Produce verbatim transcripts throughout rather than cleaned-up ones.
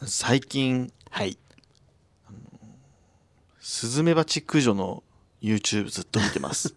最近はいスズメバチ駆除の YouTube ずっと見てます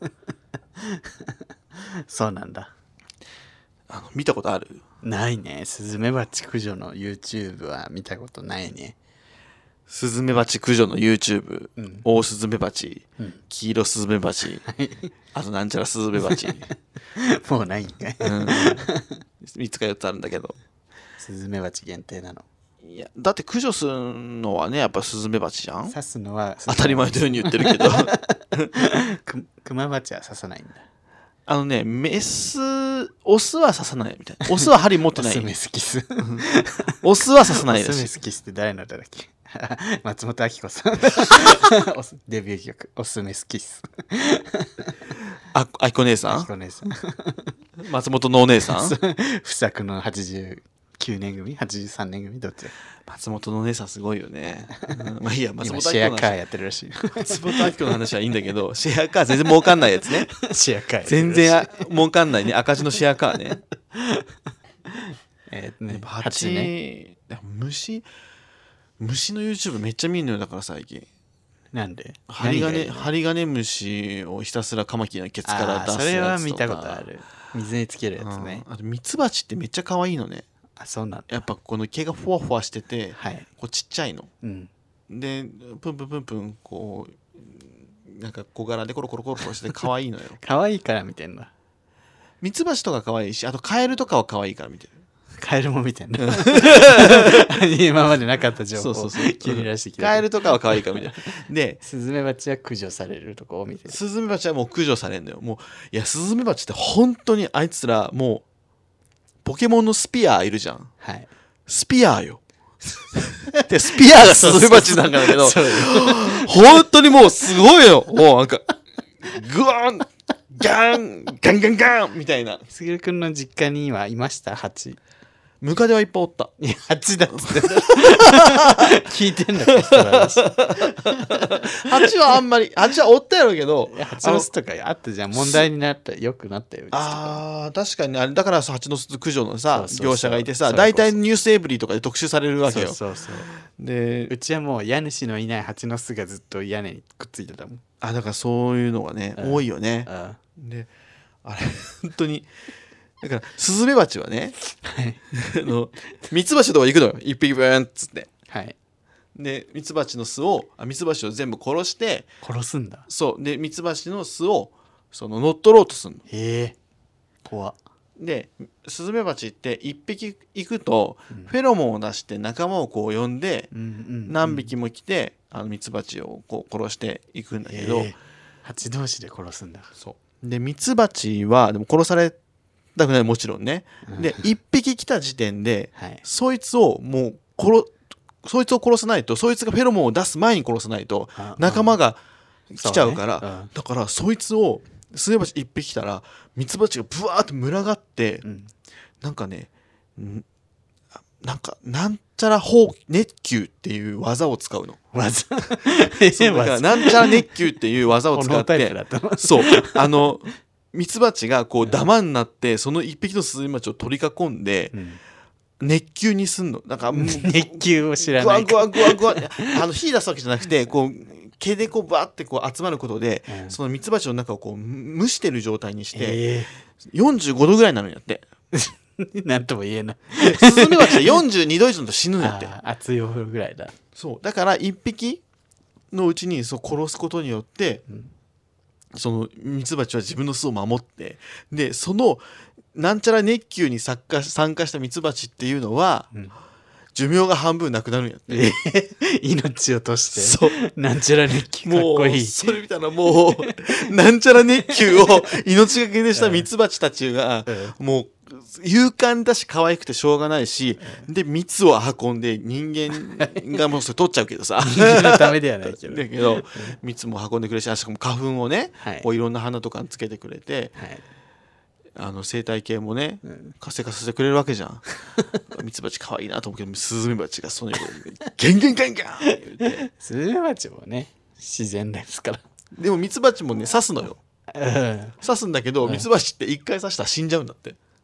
そうなんだ。 あの見たことある？ ないね。スズメバチ駆除の YouTube は見たことないね。 スズメバチ駆除の YouTube、 うん、 オオスズメバチ、 うん、 黄色スズメバチあとなんちゃらスズメバチもうないんかい、 うん、みっつかよっつあるんだけど、 スズメバチ限定なの？ いやだって駆除するのはねやっぱスズメバチじゃん。 刺すのは当たり前のように言ってるけどククマバチは刺さないんだ。 あのねメスオスは刺さないみたいな。オスは針持ってないオスメスキスオスは刺さないオらしい。 スメスキスって誰の歌だっけ松本明子さんデビュー曲オスメスキスああきこ姉さん、 明子姉さん松本のお姉さん不作のはちじゅうきゅうねん組はちじゅうさんねん組どっちだ？ 松本のお姉さんすごいよね、うん、まあいいや松今本シェアカー明子の話やってるらしい松本明子の話はいいんだけどシェアカー全然儲かんないやつねシェアカーやってるらしい全然儲かんないね赤字のシェアカーねえー、ね蜂ね虫虫の YouTube めっちゃ見るのよ。だから最近なんで針金何がいいの？ 針金虫をひたすらカマキリのケツから出すやつとか。 あーそれは見たことある。水につけるやつね。 うん、あとミツバチってめっちゃ可愛いのね。 あ、そうなんだ。 やっぱこの毛がふわふわしてて、 はい、 こうちっちゃいの、 うん、 でプンプンプンプンこうなんか小柄でコロコロコロコロして可愛いのよ可愛いから見てんだ。 ミツバチとか可愛いし、あとカエルとかは可愛いから見てる。 カエルも見てんだ今までなかった情報をそうそうそう急に出してきた。 カエルとかは可愛いから見てる。でスズメバチは駆除されるとこを見てる。 スズメバチはもう駆除されるのよ。もういやスズメバチって本当にあいつらもうポケモンのスピアーいるじゃん。 はい。 スピアーよでスピアーがスズメバチなんだけど本当にもうすごいよ。もうなんかグワンガンガンガンガンみたいな。 すぐるくんの実家にはいました蜂？ ムカデはいっぱいおった。 いや蜂だっつって聞いてんだって人ら蜂はあんまり蜂はおったやろうけど、 いや蜂の巣とかあったじゃん。問題になったよくなったよ。 あー確かにあれだから蜂の巣駆除のさそうそうそう業者がいてさ、 そう大体ニュースエブリーとかで特集されるわけよ。 そうそうそう。 でうちはもう家主のいない蜂の巣がずっと屋根にくっついてたもん。 あだからそういうのがね、 うん、 多いよね。 あであれ本当にだからスズメバチはねあのミツバチとか行くのよ。一匹ブーンっつって、 はい、 でミツバチの巣をあミツバチを全部殺して殺すんだ。 そうでミツバチの巣をその乗っ取ろうとするの。 へえ怖っ。 でスズメバチって一匹行くとフェロモンを出して仲間をこう呼んでうんうんうん、 何匹も来てあのミツバチをこう殺していくんだけど、 蜂同士で殺すんだ。 そうでミツバチはでも殺されたくないもちろんね。で一匹来た時点で、はい、そいつをもう殺そいつを殺さないとそいつがフェロモンを出す前に殺さないと仲間が来ちゃうから、ね、だからそいつをスズメバチ一匹来たらミツバチがブワーって群がって、うん、なんかねんなんかなんちゃら砲熱球っていう技を使うの。 技そうだからなんちゃら熱球っていう技を使ってそうあのミツバチがこうダマになってその一匹のスズメバチを取り囲んで、うん、熱球にすんの。なんか熱球を知らないか。グワグワグワグワあの火出すわけじゃなくてこう毛でこうバーってこう集まることで、うん、そのミツバチの中をこう蒸してる状態にして、えー、よんじゅうごどぐらいになるんやってなんとも言えないスズメバチはよんじゅうにど以上だと死ぬんやって。 熱いお風呂ぐらいだ。 そうだから一匹のうちにそう殺すことによって、うん、そのミツバチは自分の巣を守ってでそのなんちゃら熱球に参加参加したミツバチっていうのは、うん、寿命が半分なくなるんやって、えー、命を落としてそうなんちゃら熱球かっこいい。もうそれ見たらもうなんちゃら熱球を命がけでしたミツバチたちが、うん、もう勇敢だし可愛くてしょうがないし、うん、で蜜を運んで人間がもうそれ取っちゃうけどさ人間のためではないけどだけど蜜も運んでくれるし、しかも花粉をね、はい、こういろんな花とかにつけてくれて、はい、あの生態系もね、うん、活性化させてくれるわけじゃんミツバチ可愛いなと思うけどスズメバチがそのようにゲンゲンゲンゲン言ってスズメバチもね自然ですから。 でもミツバチもね刺すのよ、うん、刺すんだけど、うん、ミツバチって一回刺したら死んじゃうんだって。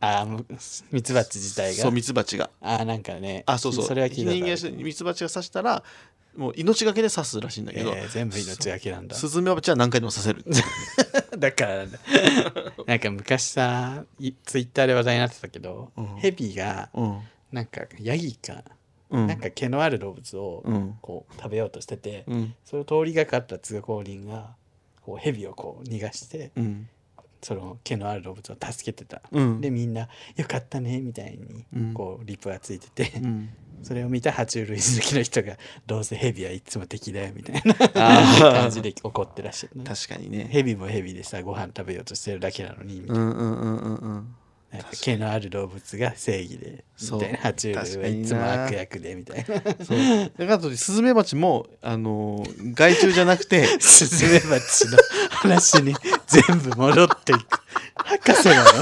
あミツバチ自体がそうミツバチがあなんかねあそうそうそれは聞いた人間ミツバチが刺したらもう命がけで刺すらしいんだけど、 えー、全部命がけなんだスズメバチは何回でも刺せるだからなんだなんか昔さツイッターで話題になってたけど、うん、ヘビがなんかヤギか、うん、なんか毛のある動物をこう食べようとしてて、うん、それを通りがかった通行人がこうヘビをこう逃がして、うん、その毛のある動物を助けてた、うん、でみんなよかったねみたいにこうリプがついてて、うん、それを見た爬虫類好きの人がどうせヘビはいつも敵だよみたいな感じで怒ってらっしゃる、ね、 確かにねヘビもヘビでさご飯食べようとしてるだけなのにみたいな、 うんうんうんうんうんなんか毛のある動物が正義でみたいな爬虫類はいつも悪役でみたいなそうだからスズメバチもあのー、害虫じゃなくてスズメバチの話に全部戻っていく博士なの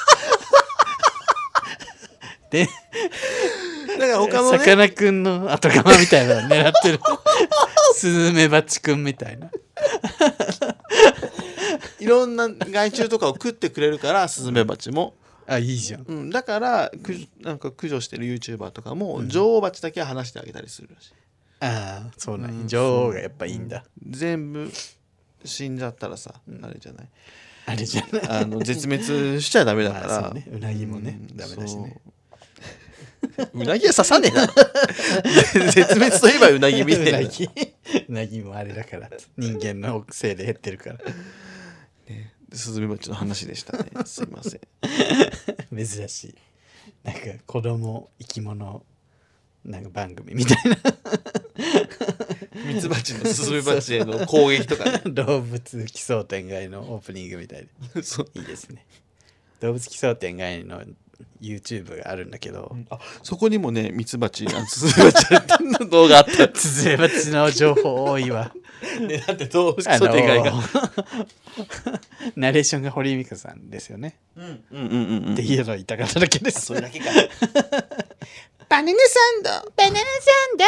でだから他のねさかなクンの後釜みたいなの狙ってるスズメバチくんみたいないろんな害虫とかを食ってくれるからスズメバチもあいいじゃん、 うん、だからくなんか駆除してる YouTuber とかも、うん、女王バチだけは離してあげたりするらしい。 ああそうなん、うん、女王がやっぱいいんだ、 うん、全部死んじゃったらさ、うん、あれじゃないあれじゃないあの絶滅しちゃダメだから、 そうね、うなぎもね、うん、ダメだしねうなぎは刺さねえな絶滅といえばうなぎみたいなうなぎうなぎもあれだから人間のせいで減ってるからねスズメバチの話でしたねすいません珍しいなんか子供生き物なんか番組みたいなミツバチのスズメバチへの攻撃とか、ね、 動物奇想天外のオープニングみたいでそういいですね動物奇想天外の YouTube があるんだけど、 あそこにもねミツバチスズメバチの動画あったスズメバチの情報多いわね、だって動物奇想天外がナレーションが堀井美香さんですよね、 うんうんうんうんうんっていうのを言いたかっただけです。 それだけかバナナサンドバナナサンド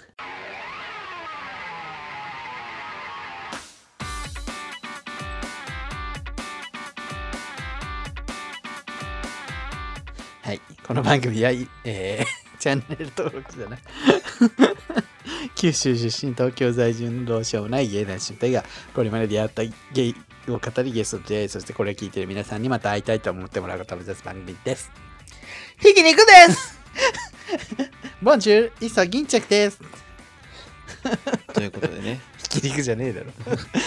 はい、この番組は、えー、チャンネル登録じゃない九州出身東京在住のどうしようもない芸男子ふたりがこれまで出会ったゲイを語りゲストと出会い、そしてこれを聞いている皆さんにまた会いたいと思ってもらうことを目指す番組です。ひき肉ですボンジュールイソ銀着ですということでねひき肉じゃねえだろ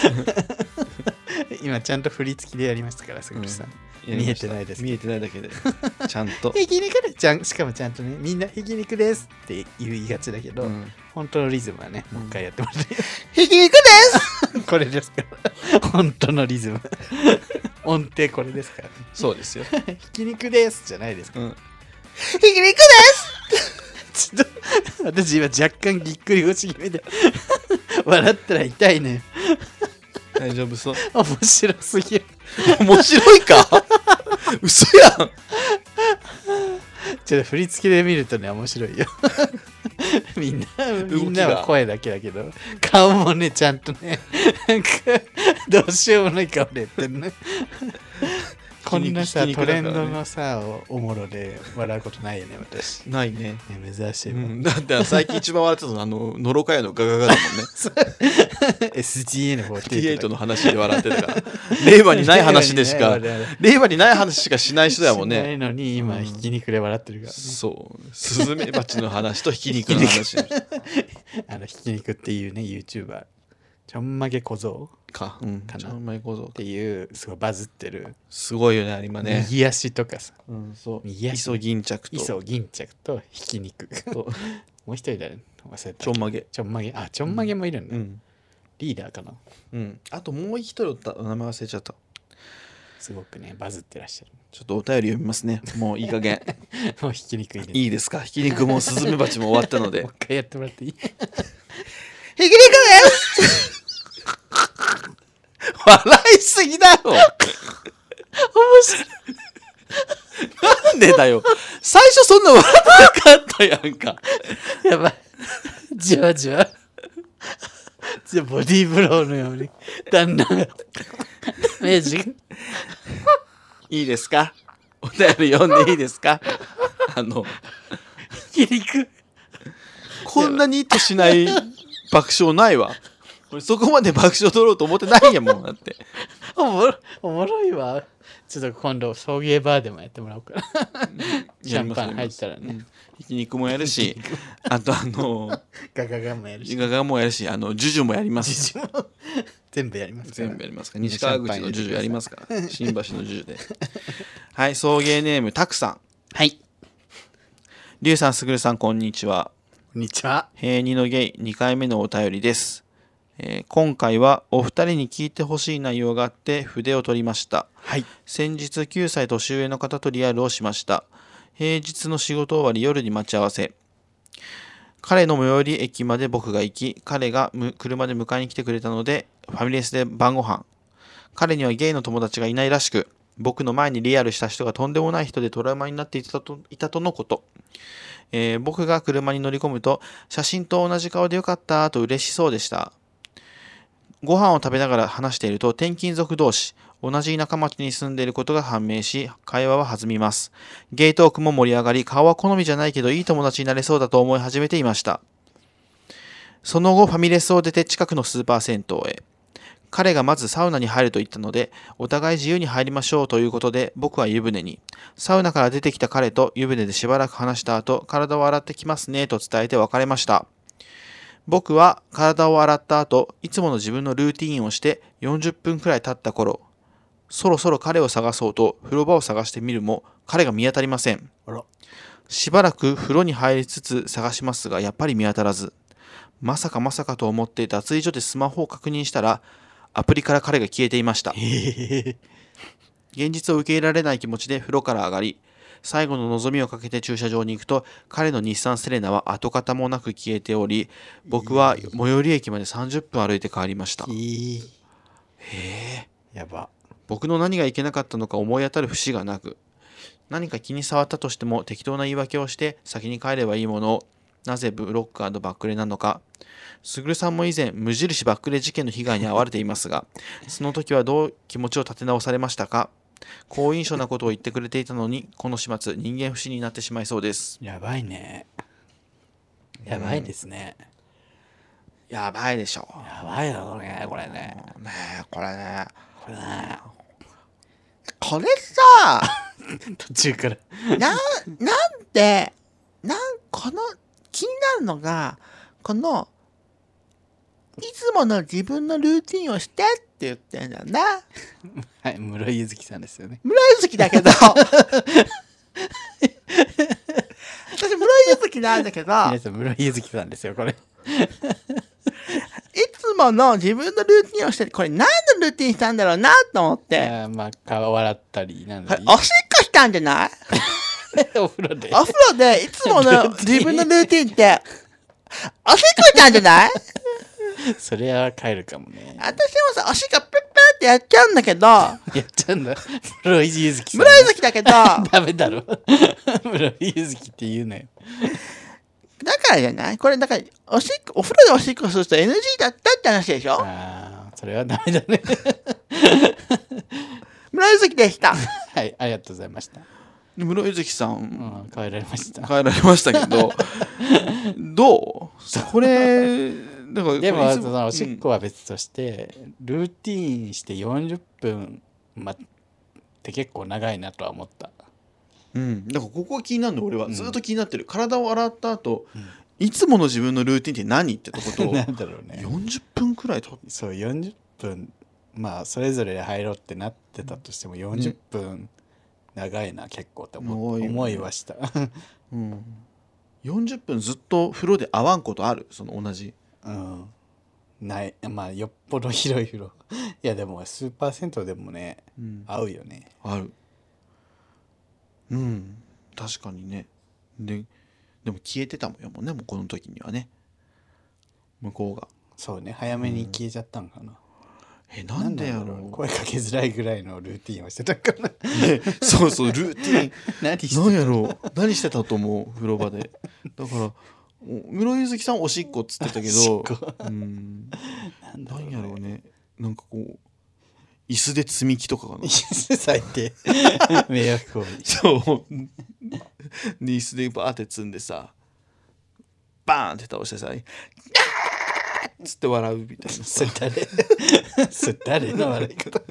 今ちゃんと振り付きでやりましたからさくるさん、うん、見えてないです見えてないだけでちゃんとひき肉でちゃんしかもちゃんとねみんなひき肉ですって言いがちだけど、うん、本当のリズムはね、うん、もう一回やってもらってひき肉ですこれですから本当のリズム音程これですから、ね、 そうですよひき肉ですじゃないですか、うん、ひき肉ですちょっと私今若干ぎっくり腰気味で笑ったら痛いね大丈夫そう面白すぎる面白いか嘘やんちょっと振り付けで見るとね面白いよみんなみんなは声だけだけど顔もねちゃんとねなんかどうしようもない顔でやってるねこんなさ、ね、トレンドのさおもろで笑うことないよね私ないね、 ね珍しい、うん、 だって最近一番笑ってたのあのノロカヤのガガガだもんねエスジーエヌフォーティーエイトの話で笑ってたから令和にない話でしか令和にない話しかしない人だもんねしないのに今、うん、ひき肉で笑ってるから、ね、 そうスズメバチの話とひき肉の話あのひき肉っていうね YouTuberちょんまげ小僧か、うん、 かなちょんまげ小僧っていうすごいバズってるすごいよね今ね右足とかさ、 うん、そう右足イソギンチャクとイソギンチャクとひき肉ともう一人誰忘れたちょんまげちょんまげあちょんまげもいるんだ、うん、リーダーかなうんあともう一人名前忘れちゃったすごくねバズってらっしゃるちょっとお便り読みますねもういい加減もうひき肉いいですいいですかひき肉もスズメバチも終わったのでもう一回やってもらっていいひき肉です笑いすぎだろ面白いなんでだよ最初そんな笑ってなかったやんかやばいじわじわじゃボディーブローのようにだんだんイメージいいですかお便り読んでいいですか？あのひき肉こんなに意図しない爆笑ないわ。俺そこまで爆笑取ろうと思ってないやもんだって。 おもろおもろいわ。ちょっと今度送迎バーでもやってもらおうかな。シャンパン入ったらね、うん、 ひき肉もやるしあとあのガガガもやるしガガもやるし、あのジュジュもやります。 全部やりますから全部やりますから。西川口のジュジュやりますから新橋のジュジュで。はい、送迎ネームたくさん。 はい、 りゅうさん、すぐるさん、こんにちは。 こんにちは。 平二のゲイにかいめのお便りです。えー、今回はお二人に聞いてほしい内容があって筆を取りました。 はい、 先日きゅうさい年上の方とリアルをしました。平日の仕事終わり夜に待ち合わせ。彼の最寄り駅まで僕が行き、彼が車で迎えに来てくれたのでファミレスで晩ご飯。彼にはゲイの友達がいないらしく、僕の前にリアルした人がとんでもない人でトラウマになっていたと、いたとのこと。えー、僕が車に乗り込むと写真と同じ顔でよかったと嬉しそうでした。ご飯を食べながら話していると転勤族同士、同じ田舎町に住んでいることが判明し、会話は弾みます。ゲイトークも盛り上がり、顔は好みじゃないけどいい友達になれそうだと思い始めていました。その後ファミレスを出て近くのスーパー銭湯へ。彼がまずサウナに入ると言ったので、お互い自由に入りましょうということで、僕は湯船に。サウナから出てきた彼と湯船でしばらく話した後、体を洗ってきますねと伝えて別れました。僕は体を洗った後、いつもの自分のルーティーンをしてよんじゅっぷんくらい経った頃、そろそろ彼を探そうと風呂場を探してみるも、彼が見当たりません。 あら。 しばらく風呂に入りつつ探しますが、やっぱり見当たらず、まさかまさかと思って脱衣所でスマホを確認したら、アプリから彼が消えていました。現実を受け入れられない気持ちで風呂から上がり、最後の望みをかけて駐車場に行くと、彼の日産セレナは跡形もなく消えており、僕は最寄り駅までさんじゅっぷん歩いて帰りました。へえ、 やば。 僕の何がいけなかったのか思い当たる節がなく、何か気に障ったとしても適当な言い訳をして先に帰ればいいものを、なぜブロック&バックレなのか。すぐるさんも以前無印バックレ事件の被害に遭われていますが、その時はどう気持ちを立て直されましたか？好印象なことを言ってくれていたのに、この始末人間不信になってしまいそうです。 やばいね。やばいですね。 うん、やばいでしょ。 やばいだろうね、これね。 ねえ、これね。 これね。 これさ、 途中からな、なんで、なん、この、気になるのが、この、いつもの自分のルーティンをしてって言ってんだよな。 はい、室井ゆずきさんですよね。 室井ゆずきだけど私室井ゆずきなんだけど、 皆さん室井ゆずきさんですよこれ。いつもの自分のルーティンをして、これ何のルーティンしたんだろうなと思って。 あ、まあ顔笑ったりなんだり。 おしっこしたんじゃないお風呂で。 お風呂でいつもの自分のルーティンっておしっこしたんじゃないそれは帰るかもね。 私もさ、おしっこプップってやっちゃうんだけど。やっちゃうんだ。室井ゆずきさん。 室井ゆずきだけど。 ダメだろ。室井ゆずきって言うなよ。 だからじゃない？これだからおしっこ、お風呂でおしっこすると エヌジー だったって話でしょ？ ああ、それはダメだね。 室井ゆずきでした。 はい、ありがとうございました。 室井ゆずきさん、 うん、帰られました。 帰られましたけど、どう？これだからでもそのおしっこは別として、うん、ルーティーンしてよんじゅっぷん待って結構長いなとは思った。 うん、だからここが気になるの俺はずっと気になってる、うん、体を洗った後、うん、いつもの自分のルーティンって何ってとことなんだろうね、 よんじゅっぷんくらいとそうよんじゅっぷん、まあそれぞれ入ろうってなってたとしてもよんじゅっぷん長いな結構って思う、ね、思いました、 うん、よんじゅっぷんずっと風呂で会わんことある？その同じ、 うん、ない。まあよっぽど広い風呂いやでもスーパー銭湯でもね、うん、合うよね。 ある。うん、確かにね。で、でも消えてたもんね、もうこの時にはね。向こうが。 そうね、早めに消えちゃったんかな。うん、 え、なんでやろう。 声かけづらいぐらいのルーティンをしてたから。 ね、そうそう、ルーティン。 何してた？ 何やろう。何してたと思う、風呂場で。だから、室井ゆずきさんおしっこっつってたけど、うん、何やろうね。なんかこう、 椅子で積み木とかかな。 椅子最低迷惑行為。 そうで椅子でバーって積んでさバーンって倒してさ「ギャー!」っつって笑うみたいな。 それ誰それ誰の笑い方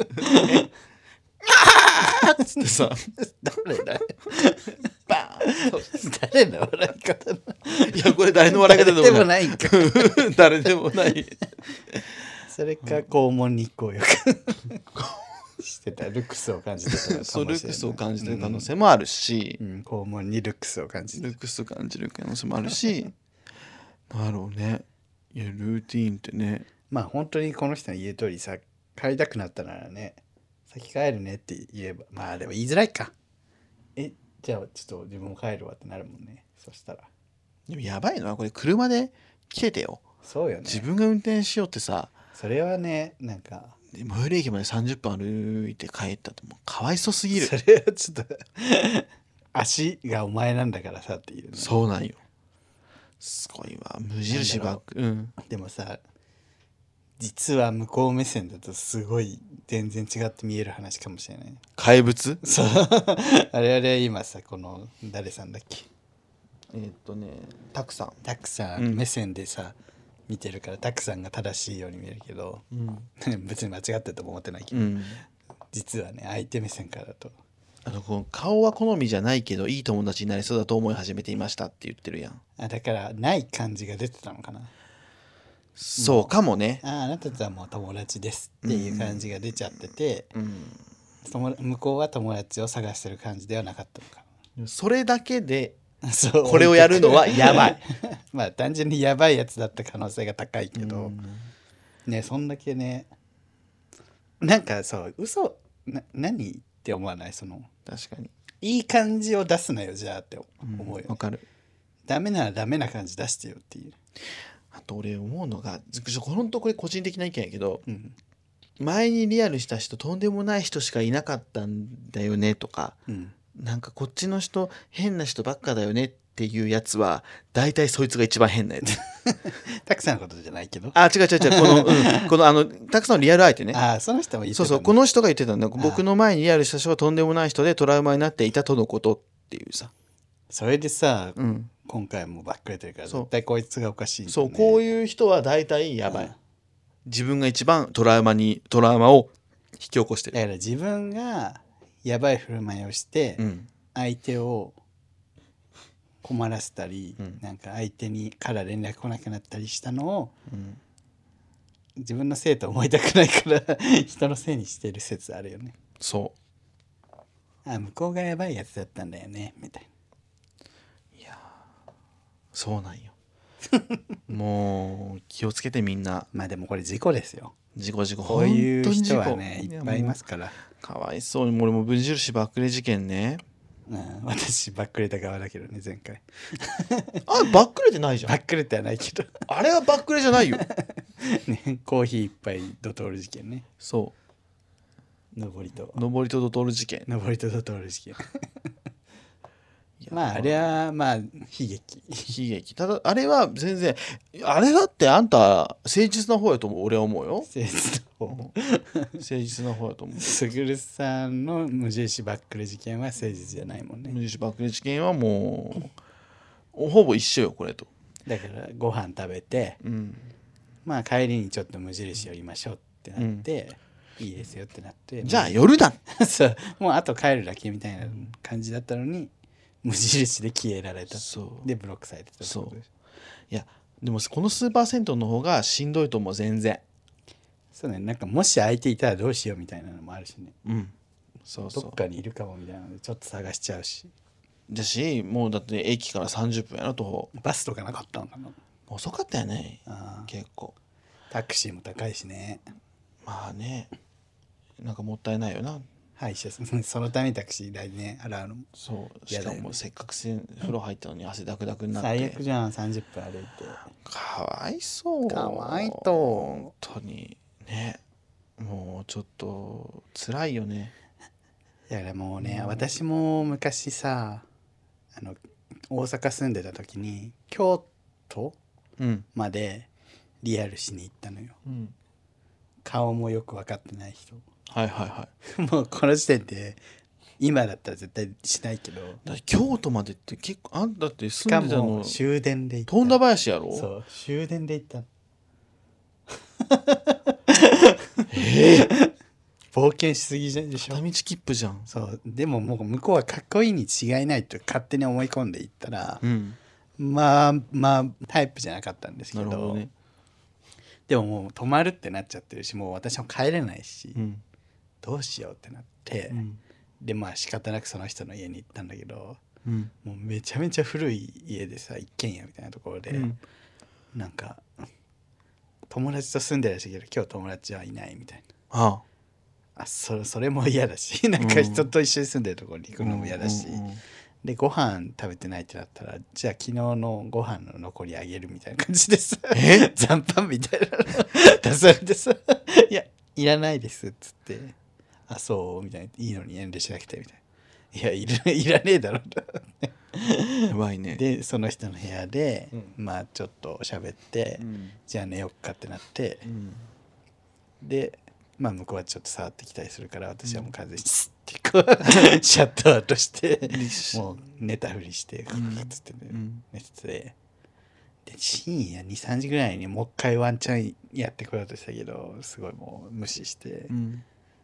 っつってさ誰だバーン誰の笑い方いやこれ誰の笑い方でもないんか誰でもないそれか肛門日光浴してたルックスを感じてたかもしれない。 そうルックスを感じてる可能性もあるし、 うんうん、肛門にルックスを感じてルックスを感じる可能性もあるしなるほどね。いやルーティーンってねまあ本当にこの人の言う通りさ帰りたくなったならね先帰るねって言えばまあでも言いづらいか。えじゃあちょっと自分も帰るわってなるもんね。そしたらでもやばいのはこれ車で来ててよ。 そうよね。 自分が運転しようってさそれはねなんか最寄り駅までさんじゅっぷん歩いて帰ったってもうかわいそすぎる。 それはちょっと足がお前なんだからさっていう、ね、 そうなんよ。すごいわ無印バッグ、うん、 でもさ実は向こう目線だとすごい全然違って見える話かもしれない。 怪物そうあれあれ今さこの誰さんだっけえーっとねたくさんたくさん、 うん目線でさ見てるからたくさんが正しいように見えるけど、 うん、 別に間違ってるとも思ってないけど、 うん、 実はね相手目線からだとあのこの顔は好みじゃないけどいい友達になりそうだと思い始めていましたって言ってるやん。 あだからない感じが出てたのかな。 そうかもね。 ああなたとはもう友達ですっていう感じが出ちゃってて、 うん、 友向こうは友達を探してる感じではなかったのか。 それだけでそうこれをやるのはやばいまあ単純にやばいやつだった可能性が高いけど、 うんねそんだけねなんかそう嘘な何って思わない。その確かにいい感じを出すなよじゃあって思うよ、ね、 わ、うん、かる。 ダメならダメな感じ出してよっていう。 あと俺思うのが本当これ個人的な意見やけど、 うん、 前にリアルした人とんでもない人しかいなかったんだよねとか、 うん、 なんかこっちの人変な人ばっかだよねっていうやつは大体そいつが一番変なやつたくさんのことじゃないけどあ違う違う違うこの、うん、このあのたくさんのリアル相手ね。 あその人も言ってた、ね、 そうそうこの人が言ってたんだ。僕の前にリアルした人はとんでもない人でトラウマになっていたとのことっていうさ。 それでさ、うん、今回もばっくれてるから絶対こいつがおかしい、ね、 そうこういう人は大体やばい、うん、自分が一番トラウマにトラウマを引き起こしてる。 だから自分がやばい振る舞いをして、うん、相手を困らせたり、うん、なんか相手にから連絡来なくなったりしたのを、うん、自分のせいと思いたくないから人のせいにしてる説あるよね。 そうあ向こうがやばいやつだったんだよねみたいな。 いやそうなんよもう気をつけてみんな。 まあでもこれ事故ですよ。 事故事故こういう人はねいっぱいいますから。 かわいそうに俺も無印バックレ事件ね、 うん、私バックレた側だけどね前回あバックレてないじゃん。 バックレてはないけどあれはバックレじゃないよ、 ね、コーヒー一杯ドトール事件ね。 そう上りと上りとドトール事件上りとドトール事件まああれはまあ悲劇悲劇。ただあれは全然あれだってあんた誠実な方やと俺は思うよ。誠実な方誠実な方やと思う。 すぐるさんの無印バックレ事件は誠実じゃないもんね。 無印バックレ事件はもうほぼ一緒よこれと。 だからご飯食べて、うん、まあ帰りにちょっと無印寄りましょうってなって、うん、いいですよってなってじゃあ夜だそうもうあと帰るだけみたいな感じだったのに無印で消えられた。でブロックされてた。 そういやでもこの数パーセントの方がしんどいと思う全然。 そうねなんかもし相手いたらどうしようみたいなのもあるしね。 うんそうそうどっかにいるかもみたいなのでちょっと探しちゃうし。 だしもうだって駅からさんじゅっぷんやな徒歩。 バスとかなかったのかな。 遅かったよね結構。 タクシーも高いしね。 まあねなんかもったいないよな。 はいそのためにタクシー代ね払うのも。 そうしかもせっかく風呂入ったのに汗だくだくになって最悪じゃんさんじゅっぷん歩いて。 かわいそうかわいと本当にねもうちょっと辛いよね。 いやもうね、うん、私も昔さあの大阪住んでた時に京都までリアルしに行ったのよ、うん、顔もよく分かってない人はいはいはいもうこの時点で今だったら絶対しないけど、 だ京都までって結構あんたって住んでたの終電で行った富田林やろ。 そう終電で行ったえー、 冒険しすぎじゃんでしょ。 片道切符じゃん。 そうでももう向こうはかっこいいに違いないと勝手に思い込んでいったら、 うん、 まあまあタイプじゃなかったんですけ ど, ど、 ね、 でももう泊まるってなっちゃってるし、もう私も帰れないし、 うん、 どうしようってなって、うん、でまあ仕方なくその人の家に行ったんだけど、うん、もうめちゃめちゃ古い家でさ、一軒家みたいなところで、うん、なんか友達と住んでらっしゃるけど今日友達はいないみたいな、ああそ, それも嫌だし、なんか人と一緒に住んでるところに行くのも嫌だし、うんうんうん、でご飯食べてないってなったら、じゃあ昨日のご飯の残りあげるみたいな感じでさ、え残飯みたいなの出されてさいやいらないですっつって、あそうみたいな、いいのに遠慮しなくてみたいな、いやいら, いらねえだろやばいね。 でその人の部屋で、うん、まあちょっと喋って、うん、じゃあ寝よっかってなって、うん、でまあ向こうはちょっと触ってきたりするから、私はもう完全にスッてこうシャットアウトしてもう寝たふりしてカカカつって、ね、うん、寝てて、で深夜にさんじぐらいにもう一回ワンチャンやってこようとしたけど、すごいもう無視して、うん、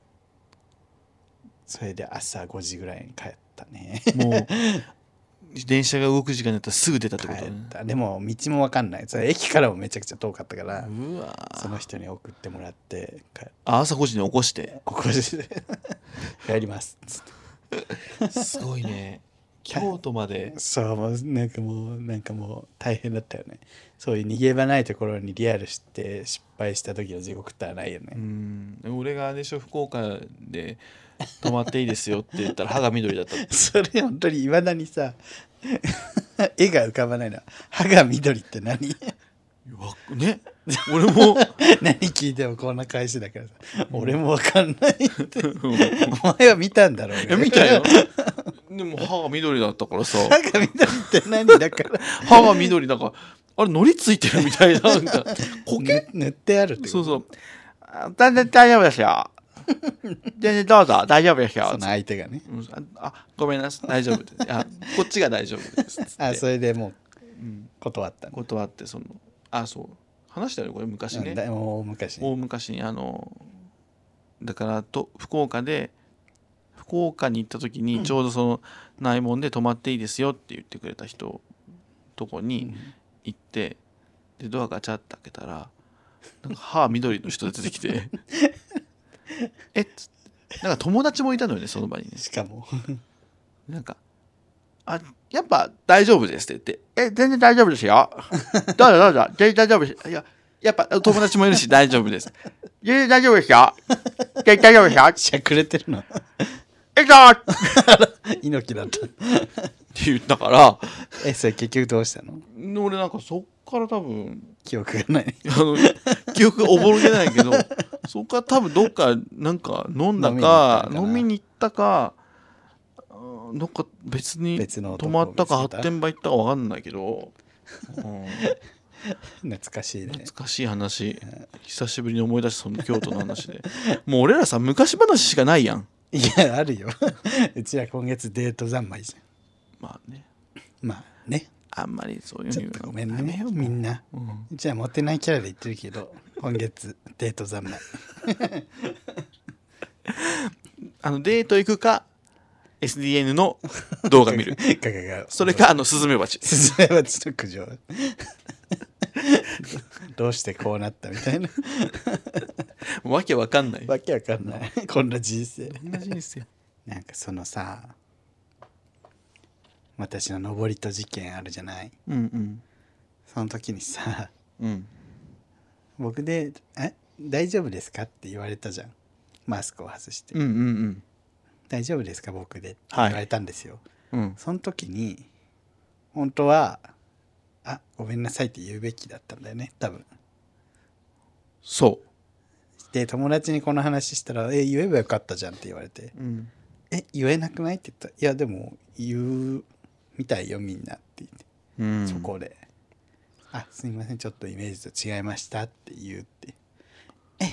それで朝ごじぐらいに帰ったね。もう電車が動く時間だったらすぐ出たってことね。 帰った。でも道も分かんない、それ駅からもめちゃくちゃ遠かったから、うわその人に送ってもらって帰った。 あ朝ごじに起こして起こして帰りますっつってすごいね京都まで。 そうもうなんかもうなんかもう大変だったよね。そういう逃げ場ないところにリアルして失敗した時の地獄ってはないよね。 うん俺がでしょ福岡で泊まっていいですよって言ったら歯が緑だったってそれ本当にいまだにさ絵が浮かばないな。歯が緑って何ね俺も何聞いてもこんな返しだからさ、うん、俺も分かんないってお前は見たんだろうね。 いや見たよでも歯が緑だったからさ。 歯が緑って何だから歯が緑だからあれのりついてるみたいな、なんか苔塗ってあるってこと。 そうそう全然大丈夫ですよ全然どうぞ大丈夫ですよ。 その相手がね、 うん、あ, あごめんなさい大丈夫ですあこっちが大丈夫ですっつってあそれでもう断った、 うん、断ってそのあそう話したよこれ昔ね、 うん、大昔大昔にあのだからと福岡で福岡に行った時にちょうどその内門で泊まっていいですよって言ってくれた人とこに行って、でドアガチャって開けたらなんか歯緑の人が出てきてえっつってなんか友達もいたのよねその場にね。 しかもなんかあやっぱ大丈夫ですって言ってえ全然大丈夫ですよどうぞどうぞ全然大丈夫ですいややっぱ友達もいるし大丈夫です全然大丈夫ですよ全然大丈夫ですよしゃくれてるのえっと猪木だったって言ったからえそれ結局どうしたの。 俺なんかそっから多分記憶がないあの記憶がおぼろげないけどそっから多分どっかなんか飲んだか飲みに行ったかどっか別に泊まったか発展場行ったか分かんないけど、うん、 懐かしいね懐かしい話久しぶりに思い出したその京都の話でもう俺らさ昔話しかないやん。 いやあるようちら今月デート三昧じゃん。 まあねまあねあんまりそういうちょっとごめんねみんな、うん、うちはモテないキャラで言ってるけど今月デート三昧あのデート行くか エスディーエヌ の動画見るそれかあのスズメバチスズメバチの苦情どうしてこうなったみたいなわけわかんないわけわかんないこんな人生こんな人生なんかそのさ私の登り戸事件あるじゃない、うんうん、その時にさ、うん、僕でえ大丈夫ですかって言われたじゃんマスクを外して、うんうんうん、大丈夫ですか僕でって言われたんですよ、はいうん、その時に本当はあごめんなさいって言うべきだったんだよね多分。 そうで友達にこの話したらえ言えばよかったじゃんって言われて、うん、え言えなくないって言ったらいやでも言うみたいよみんなって言って、うん、そこであすみませんちょっとイメージと違いましたって言うってえ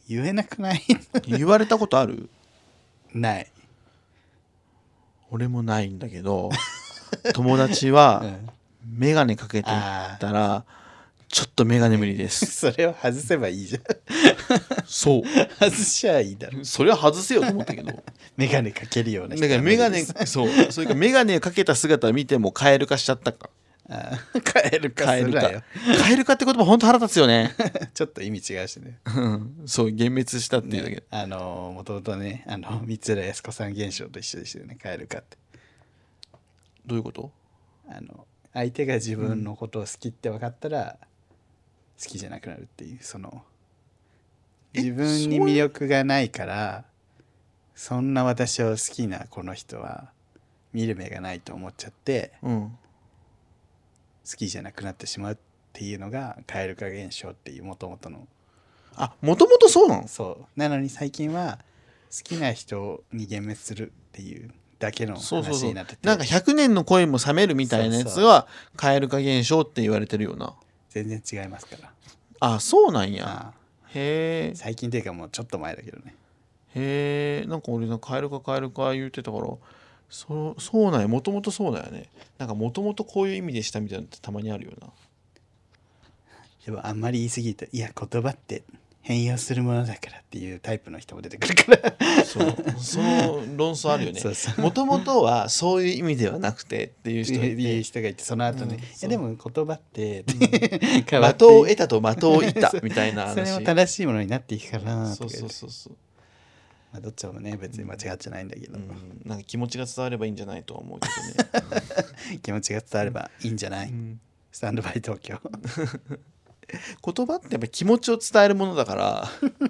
言えなくない？ 言われたことある？ ない。 俺もないんだけど友達はメガネかけてたらちょっとメガネ無理ですそれを外せばいいじゃんそう外しゃいいだろ。 それは外せよと思ったけどメガネかけるような人だからメガネそうそれかメガネかけた姿見てもカエル化しちゃったか。 あカエル化するなよ。 カエル化って言葉本当腹立つよねちょっと意味違うしねそう幻滅したっていうだけ、 ね、あのもともとねあの三浦靖子さん現象と一緒ですよねカエル化って。 どういうこと？ あの相手が自分のことを好きって分かったら、うん、好きじゃなくなるっていう、その自分に魅力がないからそんな私を好きなこの人は見る目がないと思っちゃって、うん、好きじゃなくなってしまうっていうのが蛙化現象っていうもともとの。 あ、もともとそうなの？ そうなのに最近は好きな人に幻滅するっていうだけの話になってて、そうそうそう、 なんかひゃくねんの恋も冷めるみたいなやつは蛙化現象って言われてるよな。 全然違いますから。 あ、そうなんや。 ああへえ。 最近っていうかもうちょっと前だけどね。 へえ。なんか俺が蛙化蛙化言ってたから、そそうなんや。もともとそうだよね。なんかもともとこういう意味でしたみたいなのってたまにあるよな。 でもあんまり言い過ぎると、いや言葉って変容するものだからっていうタイプの人も出てくるからそうその論争あるよね。もともとはそういう意味ではなくてっていう人がいていう人がいて、その後ね、うん、いやでも言葉って、うん、 的を得たと的を射たみたいな話。 それも正しいものになっていくかなとか。 そうそうそうそう。 まあ、どっちもね別に間違ってないんだけど、うん、 なんか気持ちが伝わればいいんじゃないとは思うけどね気持ちが伝わればいいんじゃない、うん、スタンドバイ東京言葉ってやっぱ気持ちを伝えるものだから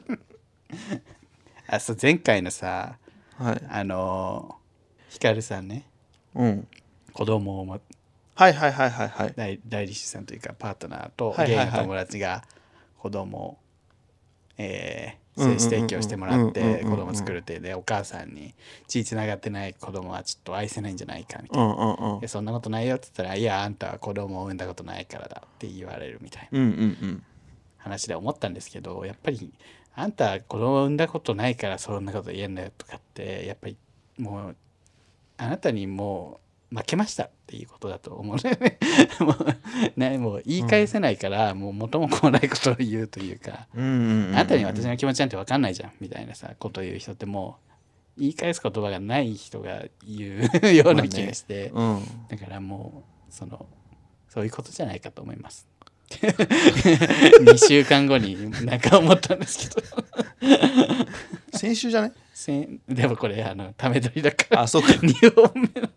あ、そう前回のさ、 はい、 あのヒカルさんね、 うん、 子供をもはいはいはいはいはい代代理士さんというかパートナーとゲイの友達が子供を、えー精子提供してもらって子供作るってで、お母さんに血つながってない子供はちょっと愛せないんじゃないかみたいな、うんうんうん、でそんなことないよって言ったら、いやあんたは子供を産んだことないからだって言われるみたいな話で思ったんですけど、やっぱりあんたは子供を産んだことないからそんなこと言えんだよとかってやっぱりもうあなたにもう負けましたっていうことだと思うねもうね、もう言い返せないから、うん、もう元も子もないことを言うというか、うんうんうんうん、あなたに私の気持ちなんて分かんないじゃんみたいなさことを言う人ってもう言い返す言葉がない人が言うような気がして、まあね、うん、だからもうそのそういうことじゃないかと思いますにしゅうかんごになんか思ったんですけど先週じゃねでもこれあのため撮りだからあそうかにほんめの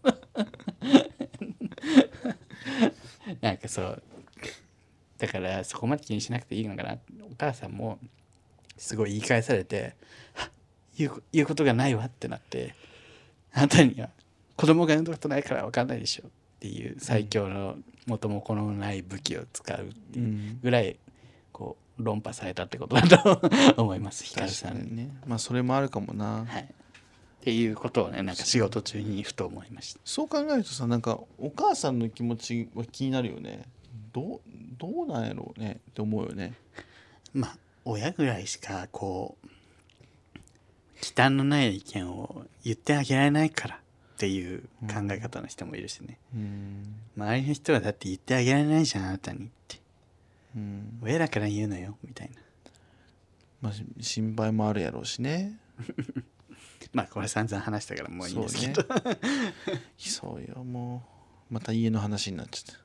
なんかそうだからそこまで気にしなくていいのかな。お母さんもすごい言い返されて言う、言うことがないわってなって、あなたには子供が産んだことないから分かんないでしょっていう最強の元も子のない武器を使うっていうぐらいこう論破されたってことだと思いますヒカルさんね。まあそれもあるかもな、 はい、っていうことをねなんか仕事中にふと思いました。 そう考えるとさ、なんかお母さんの気持ちは気になるよね。どうどうなんやろうねって思うよね。 まあ親ぐらいしかこう忌憚のない意見を言ってあげられないからっていう考え方の人もいるしね、うん、周りの人はだって言ってあげられないじゃんあなたにって、うん、親だから言うのよみたいな、 まあ心配もあるやろうしねまあこれ散々話したからもういいんですけどそうねそうよ、もうまた家の話になっちゃった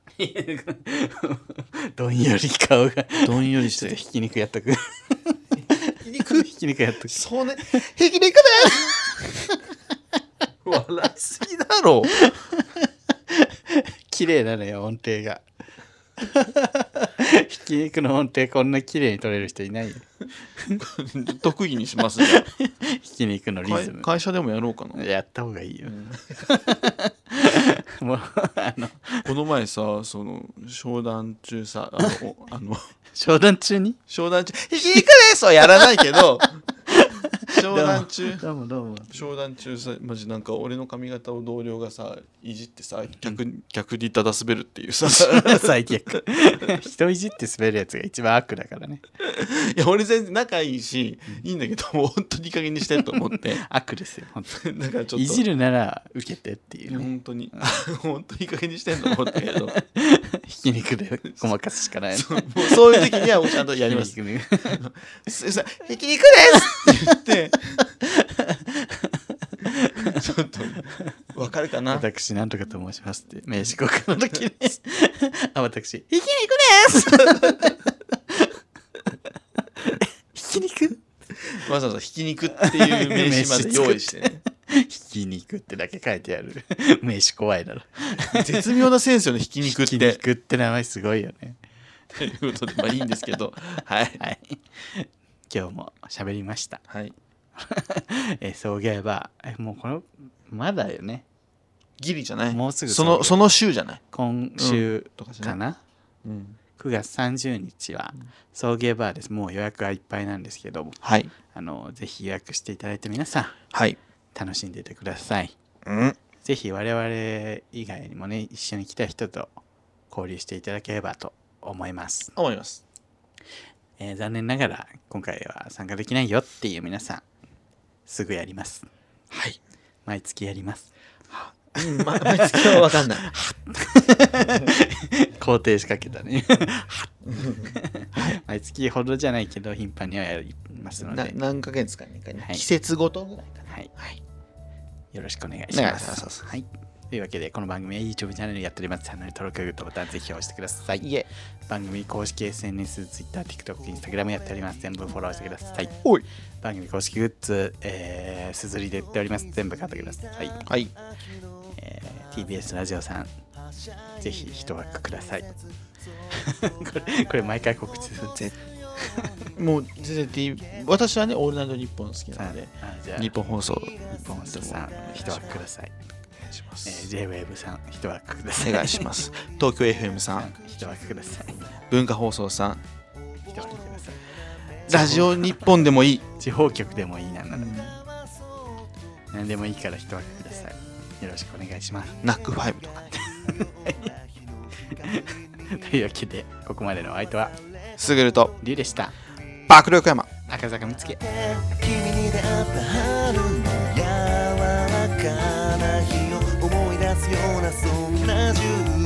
どんより顔がどんよりしてひき肉やっとくひき肉ひき肉やっとくそうね、ひき肉です笑いすぎだろ綺麗なのよ音程がひき肉の音程こんな綺麗に取れる人いないよ得意にしますじゃひき肉のリズム会社でもやろうかな。 やった方がいいよ、うん、もうあのこの前さその商談中さあのあの商談中に商談中ひき肉ですはやらないけど商談中どうもどうも商談中さマジなんか俺の髪型を同僚がさいじってさ逆に、うん、逆にただ滑るっていうさ最悪人いじって滑るやつが一番悪だからね。 いや俺全然仲いいし、うん、いいんだけどもう本当にいい加減にしてと思って悪ですよ本当に。 なんかちょっといじるなら受けてっていう、ね、 本当に本当にいい加減にしてんと思ったけどひき肉でごまかすしかない、ね、 そうもうそういう時にはもうちゃんとやります。ひき肉ですって言ってちょっとわかるかな。 私なんとかと申しますって名刺交換の時にあ私ひき肉ですひき肉わざわざひき肉っていう名刺まで用意してねひき肉ってだけ書いてある名刺怖いだろ。 絶妙なセンスよねひき肉って。 ひき肉って名前すごいよね。 ということでまあいいんですけどはい、 はい、今日も喋りました。 はいえ送迎バーえもうこのまだよね。 ギリじゃない。 もうすぐそのその週じゃない。 今週かな、 うん、 くがつさんじゅうにちは送迎バーです。もう予約がいっぱいなんですけども、 はい、 あのぜひ予約していただいて皆さん、 はい、 楽しんでいてください、 うん、 ぜひ我々以外にもね一緒に来た人と交流していただければと思います思います、 えー、残念ながら今回は参加できないよっていう皆さんすぐやります。 はい、 毎月やります。 うん、ま、毎月は分かんない肯定しかけたね毎月ほどじゃないけど頻繁にはやりますので何ヶ月かにかい、ねはい、季節ごとぐらいかな、 はいはい、よろしくお願いします。はい、というわけでこの番組は YouTube チャンネルやっております。チャンネル登録、グッドボタンぜひ押してください。いえ番組公式 エスエヌエス、Twitter、TikTok、Instagram やっております。全部フォローしてください。 おい番組公式グッズ、えー、すずりで売っております。全部買ってください。 はい、 えー、ティービーエス ラジオさんぜひ一枠くださいこれこれ毎回告知するもう全然私はねオールナイトニッポン好きなので日本放送日本放送さん一枠ください。 お願いします、 えー、ジェイウェーブ さん一枠ください。 お願いします東京 エフエム さん一枠ください。 文化放送さん一枠ください。 ラジオ日本でもいい地方局でもいいなんなら、うん、何でもいいから一枠ください。よろしくお願いします。 ナックファイブとかというわけでここまでの相手はすぐるとりゅうでした。 爆力山赤坂見つけ。 君に出会った春の柔らかな日を思い出すようなそんな